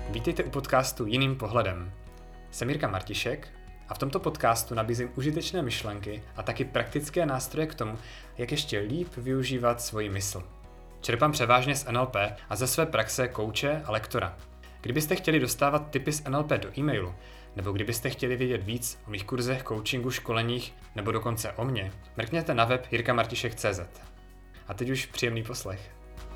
Vítejte u podcastu Jiným pohledem. Jsem Jirka Martišek a v tomto podcastu nabízím užitečné myšlenky a taky praktické nástroje k tomu, jak ještě líp využívat svoji mysl. Čerpám převážně z NLP a ze své praxe kouče a lektora. Kdybyste chtěli dostávat tipy z NLP do e-mailu, nebo kdybyste chtěli vědět víc o mých kurzech, coachingu, školeních, nebo dokonce o mně, mrkněte na web jirkamartišek.cz. A teď už příjemný poslech.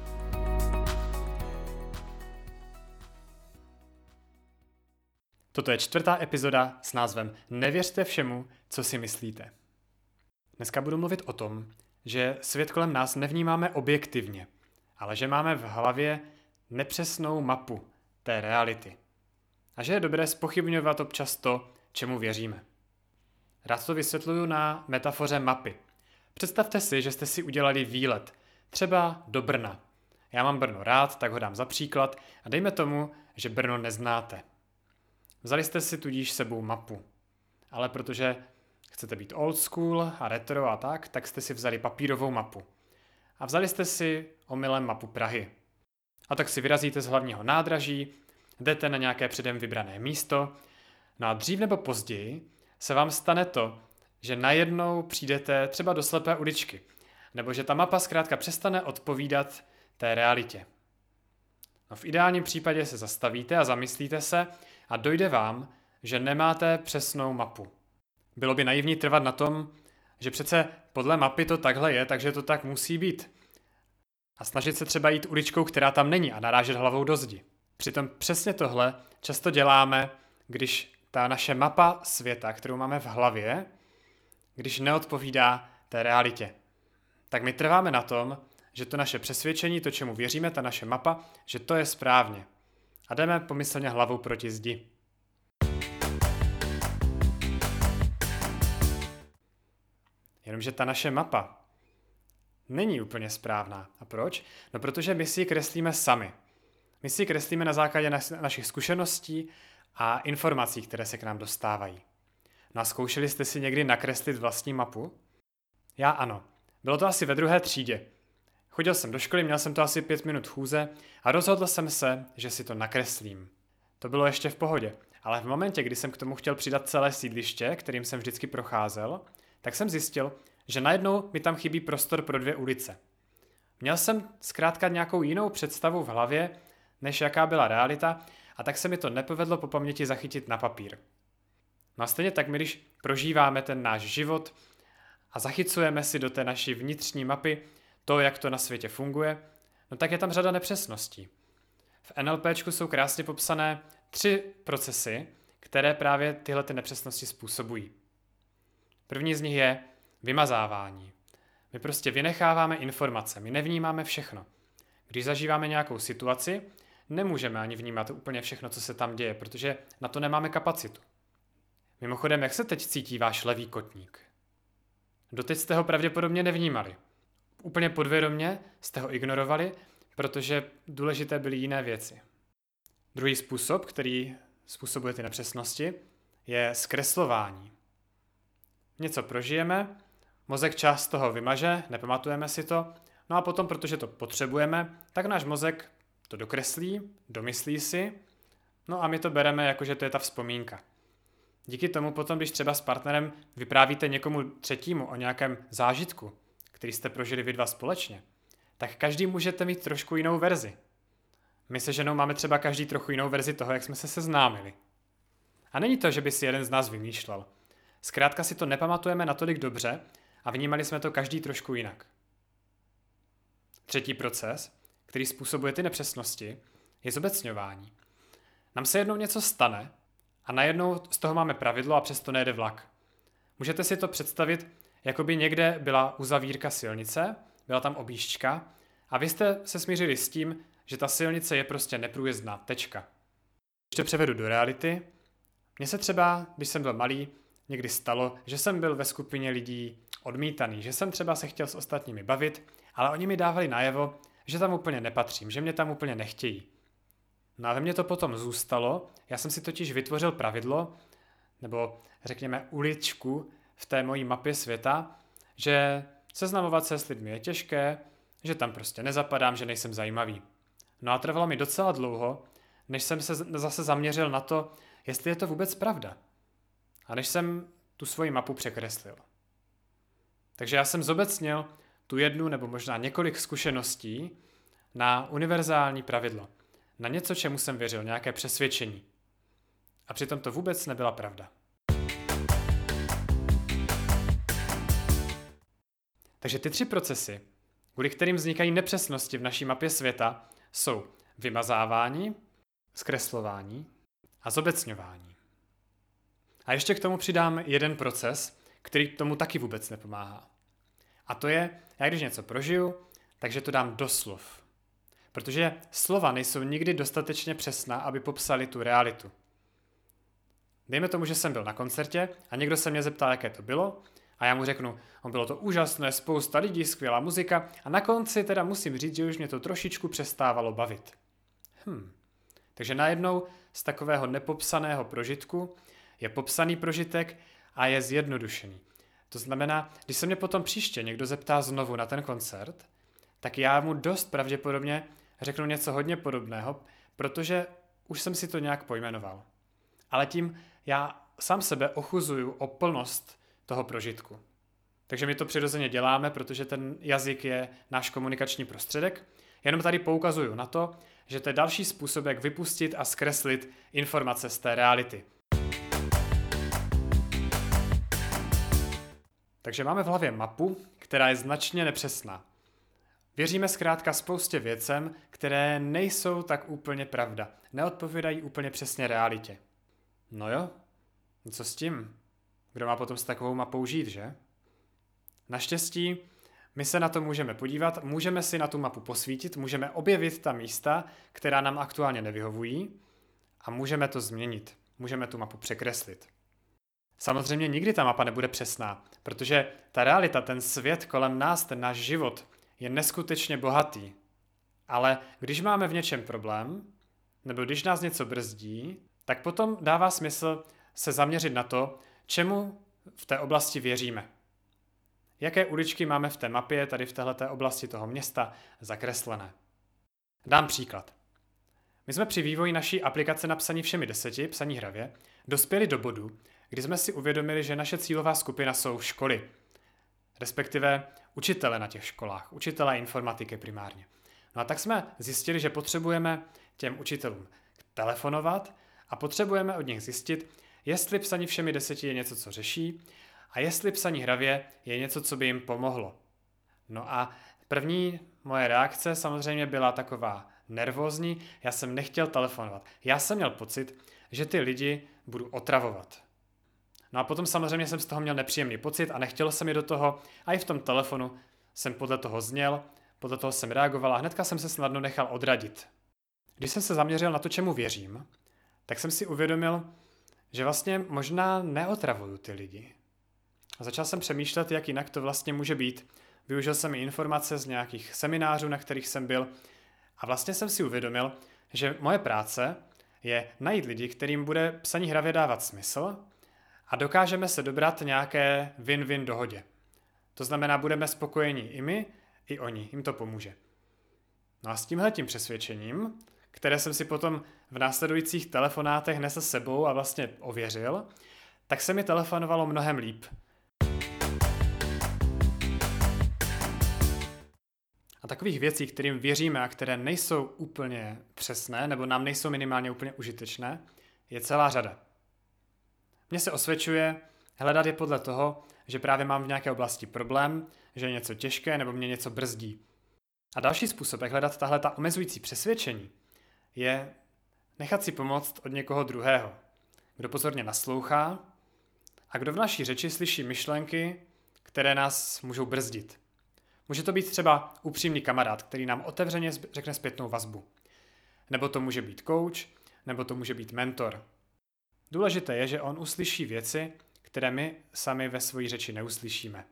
Toto je 4. epizoda s názvem Nevěřte všemu, co si myslíte. Dneska budu mluvit o tom, že svět kolem nás nevnímáme objektivně, ale že máme v hlavě nepřesnou mapu té reality. A že je dobré zpochybňovat občas to, čemu věříme. Rád to vysvětluju na metafoře mapy. Představte si, že jste si udělali výlet, třeba do Brna. Já mám Brno rád, tak ho dám za příklad a dejme tomu, že Brno neznáte. Vzali jste si tudíž sebou mapu. Ale protože chcete být old school a retro a tak jste si vzali papírovou mapu. A vzali jste si omylem mapu Prahy. A tak si vyrazíte z hlavního nádraží, jdete na nějaké předem vybrané místo, no a dřív nebo později se vám stane to, že najednou přijdete třeba do slepé uličky, nebo že ta mapa zkrátka přestane odpovídat té realitě. No v ideálním případě se zastavíte a zamyslíte se a dojde vám, že nemáte přesnou mapu. Bylo by naivní trvat na tom, že přece podle mapy to takhle je, takže to tak musí být. A snažit se třeba jít uličkou, která tam není a narážet hlavou do zdi. Přitom přesně tohle často děláme, když ta naše mapa světa, kterou máme v hlavě, když neodpovídá té realitě. Tak my trváme na tom, že to naše přesvědčení, to, čemu věříme, ta naše mapa, že to je správně. A jdeme pomyslně hlavou proti zdi. Jenomže ta naše mapa není úplně správná. A proč? No protože my si ji kreslíme sami. My si ji kreslíme na základě našich zkušeností a informací, které se k nám dostávají. No a zkoušeli jste si někdy nakreslit vlastní mapu? Já ano. Bylo to asi ve 2. třídě. Chodil jsem do školy, měl jsem to asi 5 minut chůze a rozhodl jsem se, že si to nakreslím. To bylo ještě v pohodě, ale v momentě, kdy jsem k tomu chtěl přidat celé sídliště, kterým jsem vždycky procházel, tak jsem zjistil, že najednou mi tam chybí prostor pro 2 ulice. Měl jsem zkrátka nějakou jinou představu v hlavě, než jaká byla realita, a tak se mi to nepovedlo po paměti zachytit na papír. No a stejně tak, my když prožíváme ten náš život a zachycujeme si do té naší vnitřní mapy to, jak to na světě funguje, no tak je tam řada nepřesností. V NLPčku jsou krásně popsané 3 procesy, které právě tyhle ty nepřesnosti způsobují. První z nich je vymazávání. My prostě vynecháváme informace, my nevnímáme všechno. Když zažíváme nějakou situaci, nemůžeme ani vnímat úplně všechno, co se tam děje, protože na to nemáme kapacitu. Mimochodem, jak se teď cítí váš levý kotník? Doteď jste ho pravděpodobně nevnímali. Úplně podvědomě jste ho ignorovali, protože důležité byly jiné věci. Druhý způsob, který způsobuje ty nepřesnosti, je zkreslování. Něco prožijeme, mozek část toho vymaže, nepamatujeme si to, no a potom, protože to potřebujeme, tak náš mozek to dokreslí, domyslí si, no a my to bereme jako, že to je ta vzpomínka. Díky tomu potom, když třeba s partnerem vyprávíte někomu třetímu o nějakém zážitku, který jste prožili vy dva společně, tak každý můžete mít trošku jinou verzi. My se ženou máme třeba každý trochu jinou verzi toho, jak jsme se seznámili. A není to, že by si jeden z nás vymýšlel. Zkrátka si to nepamatujeme natolik dobře a vnímali jsme to každý trošku jinak. Třetí proces, který způsobuje ty nepřesnosti, je zobecňování. Nám se jednou něco stane a najednou z toho máme pravidlo a přesto nejede vlak. Můžete si to představit, jako by někde byla uzavírka silnice, byla tam objížďka a vy jste se smířili s tím, že ta silnice je prostě neprůjezdná, tečka. Když to převedu do reality, mně se třeba, když jsem byl malý, někdy stalo, že jsem byl ve skupině lidí odmítaný, že jsem třeba se chtěl s ostatními bavit, ale oni mi dávali najevo, že tam úplně nepatřím, že mě tam úplně nechtějí. No a ve mně to potom zůstalo, já jsem si totiž vytvořil pravidlo, nebo řekněme uličku v té mojí mapě světa, že seznamovat se s lidmi je těžké, že tam prostě nezapadám, že nejsem zajímavý. No a trvalo mi docela dlouho, než jsem se zase zaměřil na to, jestli je to vůbec pravda. A než jsem tu svoji mapu překreslil. Takže já jsem zobecnil tu jednu nebo možná několik zkušeností na univerzální pravidlo. Na něco, čemu jsem věřil, nějaké přesvědčení. A přitom to vůbec nebyla pravda. Takže ty 3 procesy, kvůli kterým vznikají nepřesnosti v naší mapě světa, jsou vymazávání, zkreslování a zobecňování. A ještě k tomu přidám jeden proces, který tomu taky vůbec nepomáhá. A to je, já když něco prožiju, takže to dám do slov. Protože slova nejsou nikdy dostatečně přesná, aby popsali tu realitu. Dejme tomu, že jsem byl na koncertě a někdo se mě zeptal, jaké to bylo, a já mu řeknu, bylo to úžasné, spousta lidí, skvělá muzika, a na konci teda musím říct, že už mě to trošičku přestávalo bavit. Takže najednou z takového nepopsaného prožitku je popsaný prožitek a je zjednodušený. To znamená, když se mě potom příště někdo zeptá znovu na ten koncert, tak já mu dost pravděpodobně řeknu něco hodně podobného, protože už jsem si to nějak pojmenoval. Ale tím já sám sebe ochuzuju o plnost toho prožitku. Takže my to přirozeně děláme, protože ten jazyk je náš komunikační prostředek. Jenom tady poukazuju na to, že to je další způsob, jak vypustit a zkreslit informace z té reality. Takže máme v hlavě mapu, která je značně nepřesná. Věříme zkrátka spoustě věcem, které nejsou tak úplně pravda. Neodpovídají úplně přesně realitě. No jo, co s tím? Kdo má potom s takovou mapou žít, že? Naštěstí, my se na to můžeme podívat, můžeme si na tu mapu posvítit, můžeme objevit ta místa, která nám aktuálně nevyhovují a můžeme to změnit. Můžeme tu mapu překreslit. Samozřejmě nikdy ta mapa nebude přesná, protože ta realita, ten svět kolem nás, ten náš život je neskutečně bohatý. Ale když máme v něčem problém, nebo když nás něco brzdí, tak potom dává smysl se zaměřit na to, čemu v té oblasti věříme. Jaké uličky máme v té mapě, tady v této oblasti toho města, zakreslené. Dám příklad. My jsme při vývoji naší aplikace na psaní všemi 10, psaní hravě, dospěli do bodu, kdy jsme si uvědomili, že naše cílová skupina jsou školy, respektive učitele na těch školách, učitelé informatiky primárně. No a tak jsme zjistili, že potřebujeme těm učitelům telefonovat a potřebujeme od nich zjistit, jestli psaní všemi 10 je něco, co řeší, a jestli psaní hravě je něco, co by jim pomohlo. No a první moje reakce samozřejmě byla taková nervózní, já jsem nechtěl telefonovat. Já jsem měl pocit, že ty lidi budu otravovat. No a potom samozřejmě jsem z toho měl nepříjemný pocit a nechtělo se mi do toho a i v tom telefonu jsem podle toho zněl, podle toho jsem reagoval a hnedka jsem se snadno nechal odradit. Když jsem se zaměřil na to, čemu věřím, tak jsem si uvědomil, že vlastně možná neotravuju ty lidi. A začal jsem přemýšlet, jak jinak to vlastně může být. Využil jsem i informace z nějakých seminářů, na kterých jsem byl a vlastně jsem si uvědomil, že moje práce je najít lidi, kterým bude psaní hravě dávat smysl a dokážeme se dobrat nějaké win-win dohodě. To znamená, budeme spokojení i my, i oni, jim to pomůže. No a s tímhletím přesvědčením, které jsem si potom v následujících telefonátech nesl s sebou a vlastně ověřil, tak se mi telefonovalo mnohem líp. A takových věcí, kterým věříme a které nejsou úplně přesné, nebo nám nejsou minimálně úplně užitečné, je celá řada. Mně se osvědčuje hledat je podle toho, že právě mám v nějaké oblasti problém, že je něco těžké nebo mě něco brzdí. A další způsob, jak hledat tahleta omezující přesvědčení, je nechat si pomoct od někoho druhého, kdo pozorně naslouchá a kdo v naší řeči slyší myšlenky, které nás můžou brzdit. Může to být třeba upřímný kamarád, který nám otevřeně řekne zpětnou vazbu. Nebo to může být coach, nebo to může být mentor. Důležité je, že on uslyší věci, které my sami ve své řeči neuslyšíme.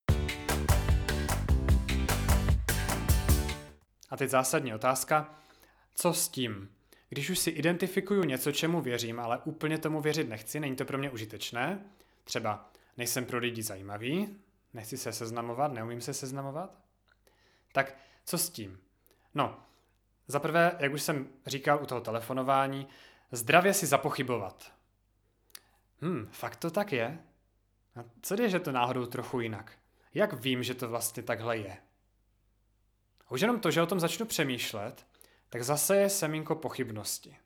A teď zásadní otázka, co s tím? Když už si identifikuju něco, čemu věřím, ale úplně tomu věřit nechci, není to pro mě užitečné, třeba nejsem pro lidi zajímavý, nechci se seznamovat, neumím se seznamovat, tak co s tím? No, Za prvé, jak už jsem říkal u toho telefonování, zdravě si zapochybovat. Fakt to tak je? A co když je to náhodou trochu jinak? Jak vím, že to vlastně takhle je? A už jenom to, že o tom začnu přemýšlet, tak zase je semínko pochybnosti.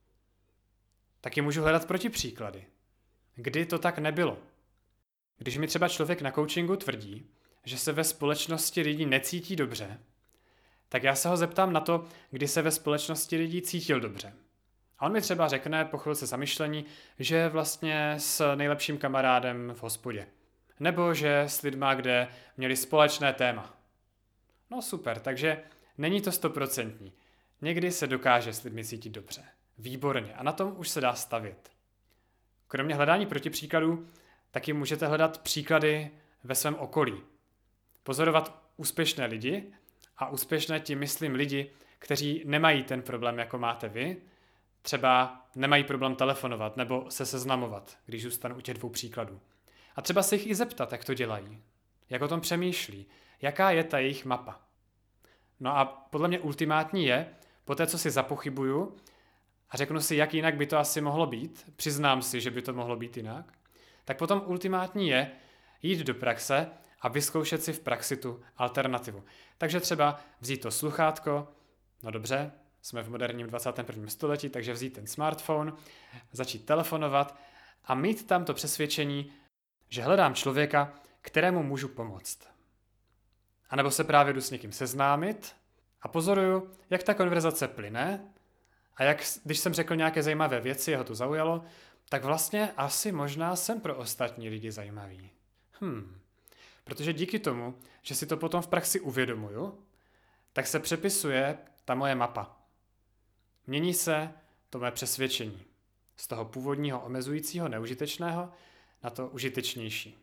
Taky můžu hledat protipříklady. Kdy to tak nebylo? Když mi třeba člověk na coachingu tvrdí, že se ve společnosti lidí necítí dobře, tak já se ho zeptám na to, kdy se ve společnosti lidí cítil dobře. A on mi třeba řekne po chvilce zamyšlení, že je vlastně s nejlepším kamarádem v hospodě. Nebo že s lidma, kde měli společné téma. No super, takže není to 100%. Někdy se dokáže s lidmi cítit dobře. Výborně. A na tom už se dá stavět. Kromě hledání protipříkladů, taky můžete hledat příklady ve svém okolí. Pozorovat úspěšné lidi, a úspěšné tím myslím lidi, kteří nemají ten problém, jako máte vy, třeba nemají problém telefonovat nebo se seznamovat, když zůstanu u těch 2 příkladů. A třeba se jich i zeptat, jak to dělají, jak o tom přemýšlí, jaká je ta jejich mapa. No a podle mě ultimátní je, po té, co si zapochybuju a řeknu si, jak jinak by to asi mohlo být, přiznám si, že by to mohlo být jinak, tak potom ultimátní je jít do praxe a vyzkoušet si v praxi tu alternativu. Takže třeba vzít to sluchátko, no dobře, jsme v moderním 21. století, takže vzít ten smartphone, začít telefonovat a mít tam to přesvědčení, že hledám člověka, kterému můžu pomoct. A nebo se právě jdu s někým seznámit a pozoruju, jak ta konverzace plyne a jak, když jsem řekl nějaké zajímavé věci, jeho to zaujalo, tak vlastně asi možná jsem pro ostatní lidi zajímavý. Protože díky tomu, že si to potom v praxi uvědomuju, tak se přepisuje ta moje mapa. Mění se to moje přesvědčení z toho původního omezujícího, neužitečného na to užitečnější.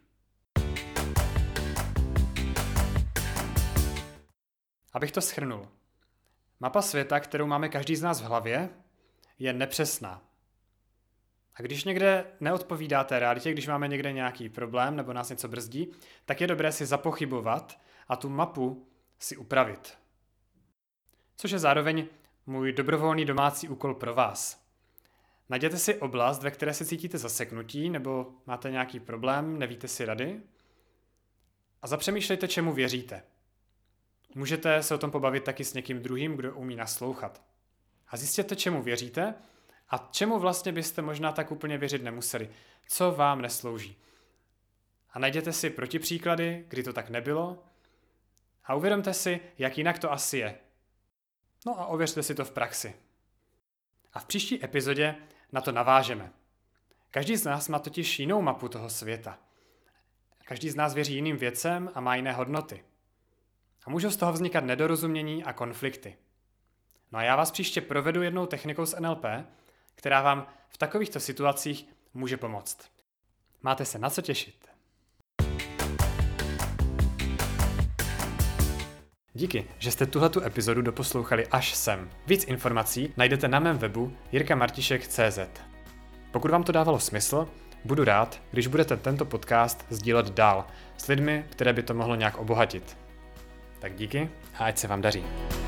Abych to shrnul. Mapa světa, kterou máme každý z nás v hlavě, je nepřesná. A když někde neodpovídá té realitě, když máme někde nějaký problém nebo nás něco brzdí, tak je dobré si zapochybovat a tu mapu si upravit. Což je zároveň můj dobrovolný domácí úkol pro vás. Najděte si oblast, ve které se cítíte zaseknutí nebo máte nějaký problém, nevíte si rady a zapřemýšlejte, čemu věříte. Můžete se o tom pobavit taky s někým druhým, kdo umí naslouchat. A zjistěte, čemu věříte a čemu vlastně byste možná tak úplně věřit nemuseli. Co vám neslouží. A najděte si protipříklady, kdy to tak nebylo a uvědomte si, jak jinak to asi je. No a ověřte si to v praxi. A v příští epizodě na to navážeme. Každý z nás má totiž jinou mapu toho světa. Každý z nás věří jiným věcem a má jiné hodnoty. A můžou z toho vznikat nedorozumění a konflikty. No a já vás příště provedu jednou technikou z NLP, která vám v takovýchto situacích může pomoct. Máte se na co těšit. Díky, že jste tuhletu epizodu doposlouchali až sem. Víc informací najdete na mém webu jirkamartišek.cz. Pokud vám to dávalo smysl, budu rád, když budete tento podcast sdílet dál s lidmi, které by to mohlo nějak obohatit. Tak díky a ať se vám daří.